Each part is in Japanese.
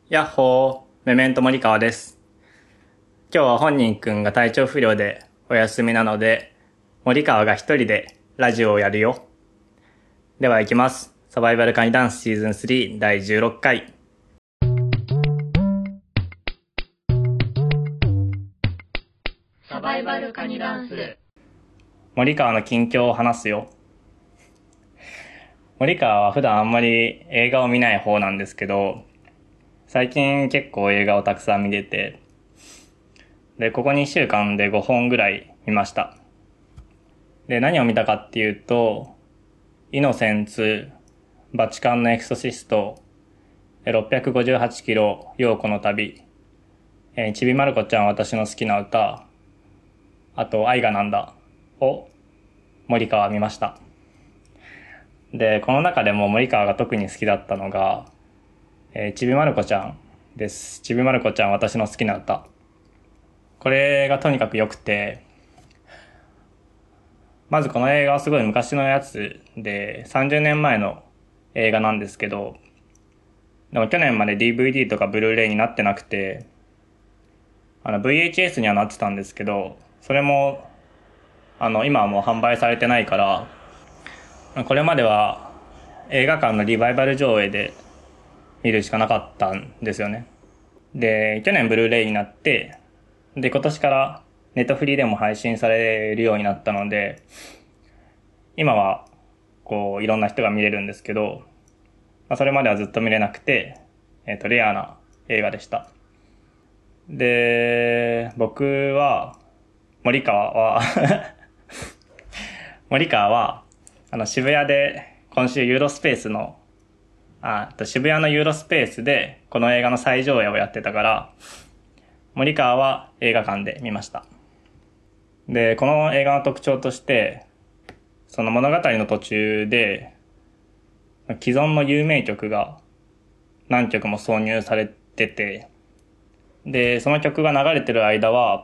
やっほー、メメント森川です。今日は本人くんが体調不良でお休みなので、森川が一人でラジオをやるよ。では行きます。サバイバルカニダンスシーズン3第16回。 サバイバルカニダンス。 森川の近況を話すよ。森川は普段あんまり映画を見ない方なんですけど、最近結構映画をたくさん見てて、で、ここ2週間で5本ぐらい見ました。で、何を見たかっていうと、イノセンツ、バチカンのエクソシスト、658キロ、陽子の旅、ちびまる子ちゃん私の好きな歌、あと愛がなんだを森川見ました。で、この中でも森川が特に好きだったのが、ちびまる子ちゃんです。ちびまる子ちゃん私の好きな歌。これがとにかく良くて、まずこの映画はすごい昔のやつで、30年前の映画なんですけど、でも去年まで DVD とかブルーレイになってなくて、VHS にはなってたんですけど、それも、今はもう販売されてないから、これまでは映画館のリバイバル上映で見るしかなかったんですよね。で、去年ブルーレイになって、で、今年からネットフリーでも配信されるようになったので、今は、いろんな人が見れるんですけど、それまではずっと見れなくて、レアな映画でした。で、僕は、森川は森川は、渋谷で、今週ユーロスペースの、渋谷のユーロスペースで、この映画の再上映をやってたから、森川は映画館で見ました。で、この映画の特徴として、その物語の途中で、既存の有名曲が何曲も挿入されてて、で、その曲が流れてる間は、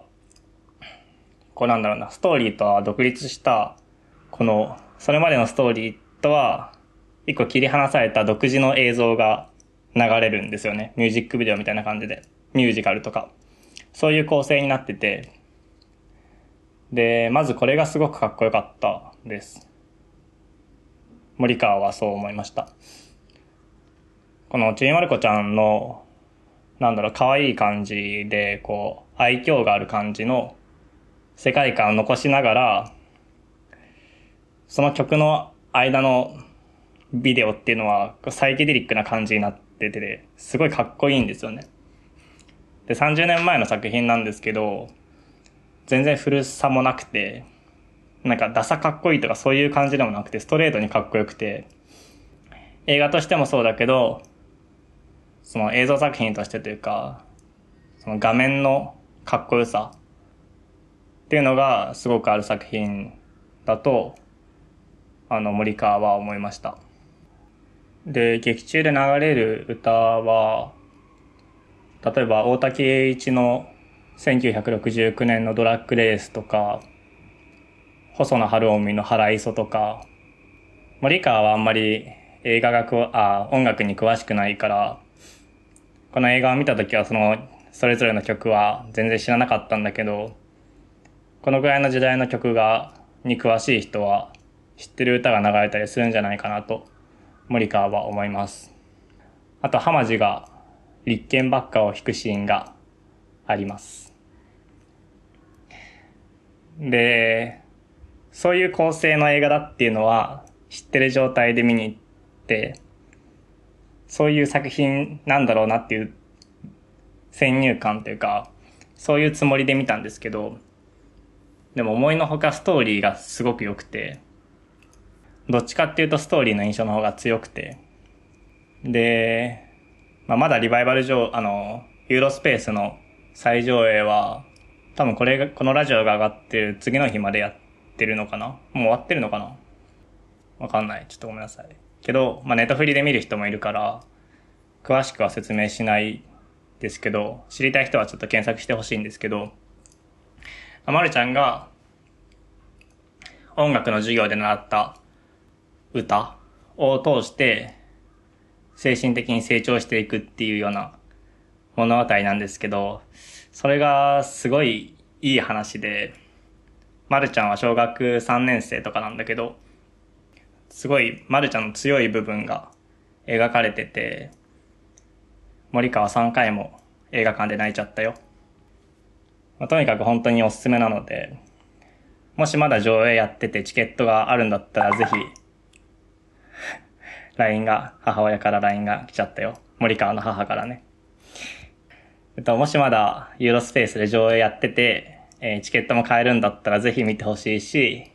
ストーリーとは独立した、それまでのストーリーとは、一個切り離された独自の映像が流れるんですよね。ミュージックビデオみたいな感じで。ミュージカルとか。そういう構成になってて、で、まずこれがすごくかっこよかったです。森川はそう思いました。このちびまる子ちゃんの、可愛い感じで、愛嬌がある感じの世界観を残しながら、その曲の間のビデオっていうのはサイケデリックな感じになってて、すごいかっこいいんですよね。で、30年前の作品なんですけど、全然古さもなくて、ダサかっこいいとかそういう感じでもなくて、ストレートにかっこよくて、映画としてもそうだけど、その映像作品としてというか、その画面のかっこよさっていうのがすごくある作品だと、森川は思いました。で、劇中で流れる歌は、例えば大滝栄一の1969年のドラッグレースとか、細野晴臣の原磯とか、森川はあんまり音楽に詳しくないから、この映画を見たときはそれぞれの曲は全然知らなかったんだけど、このぐらいの時代の曲に詳しい人は知ってる歌が流れたりするんじゃないかなと、森川は思います。あと、浜地が立憲ばっかを弾くシーンがあります。で、そういう構成の映画だっていうのは知ってる状態で見に行って、そういう作品なんだろうなっていう先入観というか、そういうつもりで見たんですけど、でも思いのほかストーリーがすごく良くて、どっちかっていうとストーリーの印象の方が強くて、で、まだリバイバルユーロスペースの再上映は、多分このラジオが上がってる次の日までやってるのかな？もう終わってるのかな？わかんない。ちょっとごめんなさい。けど、ネットフリで見る人もいるから、詳しくは説明しないですけど、知りたい人はちょっと検索してほしいんですけど、まるちゃんが音楽の授業で習った歌を通して精神的に成長していくっていうような物語なんですけど、それがすごいいい話で、まるちゃんは小学3年生とかなんだけど、すごいまるちゃんの強い部分が描かれてて、森川3回も映画館で泣いちゃったよ。とにかく本当におすすめなので、もしまだ上映やっててチケットがあるんだったらぜひ、母親から LINE が来ちゃったよ。森川の母からね。もしまだユーロスペースで上映やってて、チケットも買えるんだったらぜひ見てほしいし、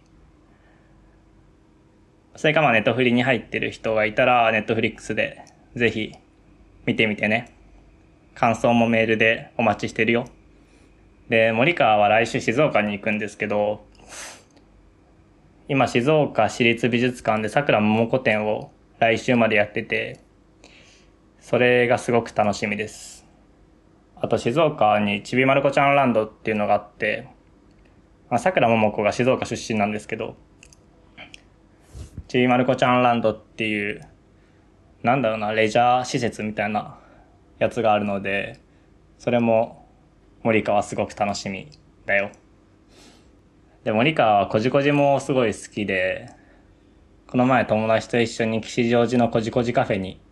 それかネットフリに入ってる人がいたらネットフリックスでぜひ見てみてね。感想もメールでお待ちしてるよ。で、森川は来週静岡に行くんですけど、今静岡市立美術館で桜桃子展を来週までやってて、それがすごく楽しみです。あと静岡にちびまる子ちゃんランドっていうのがあって、桜桃子が静岡出身なんですけど、ちびまる子ちゃんランドっていう、レジャー施設みたいなやつがあるので、それも森川すごく楽しみだよ。で、森川はこじこじもすごい好きで、この前友達と一緒に吉祥寺のこじこじカフェに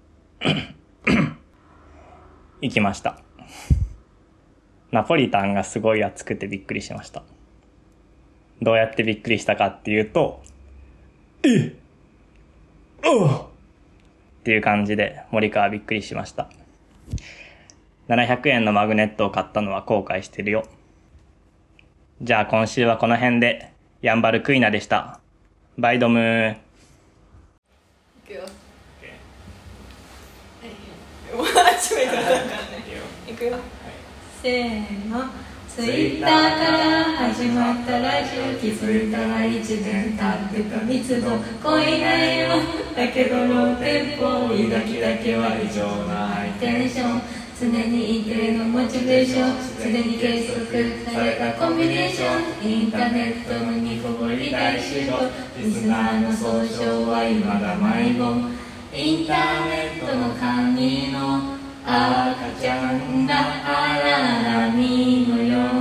行きました。ナポリタンがすごい熱くてびっくりしました。どうやってびっくりしたかっていうと、っていう感じで森川びっくりしました。700円のマグネットを買ったのは後悔してるよ。じゃあ今週はこの辺で、やんばるクイナでした。バイドムー。 いくよ。もう初めてだからね。いくよ。せーの。ツイッターから始まったラジオ、気づいたら1年経ってた密度濃い内容だけどローテンポ、抱きだけは異常なハイテンション、常に一定のモチベーション、すでに計測されたコンビネーション、インターネットの煮こぼり大集合、リスナーの総称は未だ迷子、インターネットの鍵の赤ちゃんだ、あららみのよう